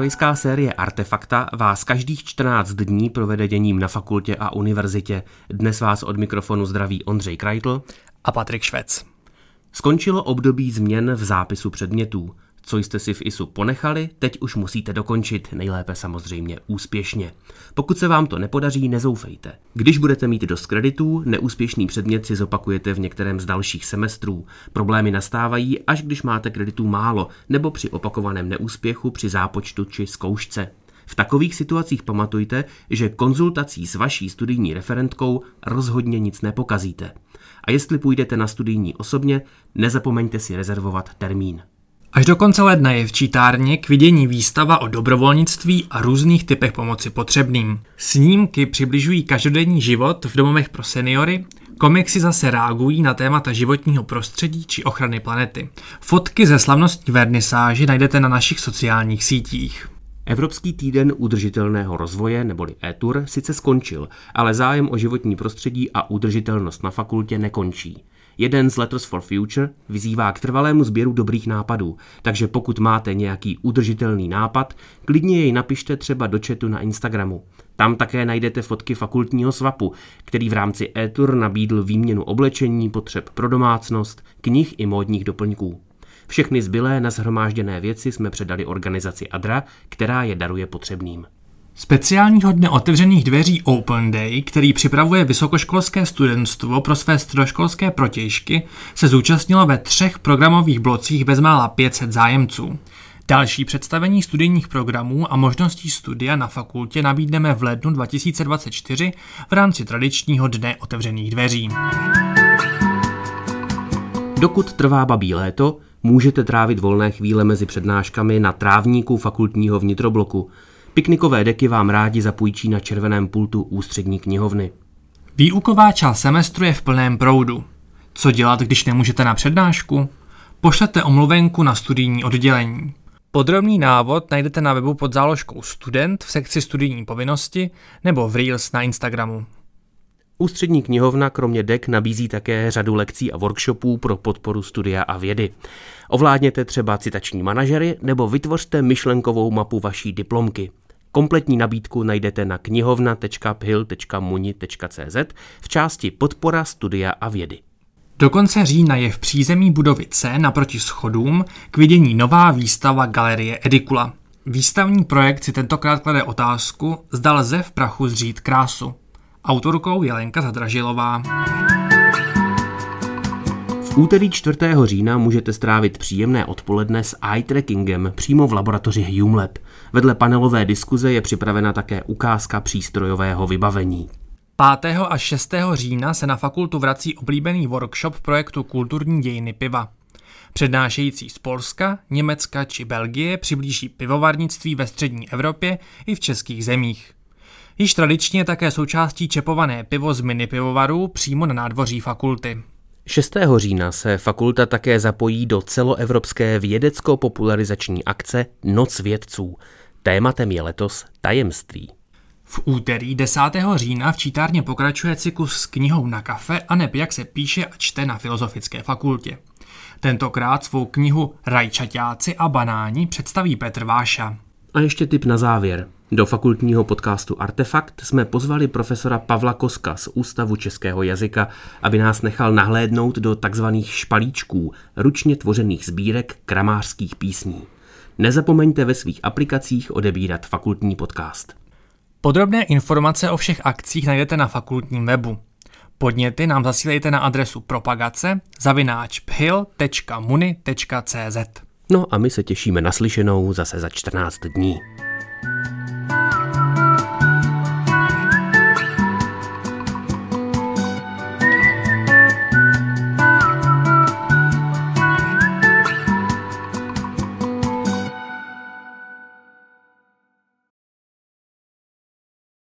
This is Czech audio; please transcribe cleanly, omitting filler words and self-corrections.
zpravodajská série Artefakta vás každých 14 dní provede děním na fakultě a univerzitě. Dnes vás od mikrofonu zdraví Ondřej Krajtl a Patrik Švec. Skončilo období změn v zápisu předmětů. Co jste si v ISu ponechali, teď už musíte dokončit, nejlépe samozřejmě úspěšně. Pokud se vám to nepodaří, nezoufejte. Když budete mít dost kreditů, neúspěšný předmět si zopakujete v některém z dalších semestrů. Problémy nastávají, až když máte kreditů málo, nebo při opakovaném neúspěchu při zápočtu či zkoušce. V takových situacích pamatujte, že konzultací s vaší studijní referentkou rozhodně nic nepokazíte. A jestli půjdete na studijní osobně, nezapomeňte si rezervovat termín. Až do konce ledna je v čítárně k vidění výstava o dobrovolnictví a různých typech pomoci potřebným. Snímky přibližují každodenní život v domovech pro seniory, komiksy zase reagují na témata životního prostředí či ochrany planety. Fotky ze slavnostní vernisáže najdete na našich sociálních sítích. Evropský týden udržitelného rozvoje, neboli ETUR, sice skončil, ale zájem o životní prostředí a udržitelnost na fakultě nekončí. Jeden z Letters for Future vyzývá k trvalému sběru dobrých nápadů, takže pokud máte nějaký udržitelný nápad, klidně jej napište třeba do chatu na Instagramu. Tam také najdete fotky fakultního swapu, který v rámci ETUR nabídl výměnu oblečení, potřeb pro domácnost, knih i módních doplňků. Všechny zbylé nashromážděné věci jsme předali organizaci ADRA, která je daruje potřebným. Speciálního dne otevřených dveří Open Day, který připravuje vysokoškolské studentstvo pro své středoškolské protějšky, se zúčastnilo ve 3 programových blocích bezmála 500 zájemců. Další představení studijních programů a možností studia na fakultě nabídneme v lednu 2024 v rámci tradičního dne otevřených dveří. Dokud trvá babí léto, můžete trávit volné chvíle mezi přednáškami na trávníku fakultního vnitrobloku. Piknikové deky vám rádi zapůjčí na červeném pultu ústřední knihovny. Výuková část semestru je v plném proudu. Co dělat, když nemůžete na přednášku? Pošlete omluvenku na studijní oddělení. Podrobný návod najdete na webu pod záložkou Student v sekci studijní povinnosti nebo v Reels na Instagramu. Ústřední knihovna kromě dek nabízí také řadu lekcí a workshopů pro podporu studia a vědy. Ovládněte třeba citační manažery nebo vytvořte myšlenkovou mapu vaší diplomky. Kompletní nabídku najdete na knihovna.phil.muni.cz v části Podpora studia a vědy. Do konce října je v přízemí budovy C naproti schodům k vidění nová výstava Galerie Edikula. Výstavní projekt si tentokrát klade otázku, zda lze v prachu zřít krásu. Autorkou je Lenka Zadražilová. V úterý 4. října můžete strávit příjemné odpoledne s eye trackingem přímo v laboratoři Hume Lab. Vedle panelové diskuze je připravena také ukázka přístrojového vybavení. 5. a 6. října se na fakultu vrací oblíbený workshop projektu Kulturní dějiny piva. Přednášející z Polska, Německa či Belgie přiblíží pivovarnictví ve střední Evropě i v českých zemích. Již tradičně je také součástí čepované pivo z mini pivovarů přímo na nádvoří fakulty. 6. října se fakulta také zapojí do celoevropské vědecko-popularizační akce Noc vědců. Tématem je letos tajemství. V úterý 10. října v čítárně pokračuje cyklus s knihou na kafe a neb jak se píše a čte na Filozofické fakultě. Tentokrát svou knihu Rajčaťáci a banáni představí Petr Váša. A ještě tip na závěr. Do fakultního podcastu Artefakt jsme pozvali profesora Pavla Koska z Ústavu českého jazyka, aby nás nechal nahlédnout do takzvaných špalíčků, ručně tvořených sbírek kramářských písní. Nezapomeňte ve svých aplikacích odebírat fakultní podcast. Podrobné informace o všech akcích najdete na fakultním webu. Podněty nám zasílejte na adresu propagace@phil.muni.cz. No a my se těšíme na slyšenou zase za 14 dní.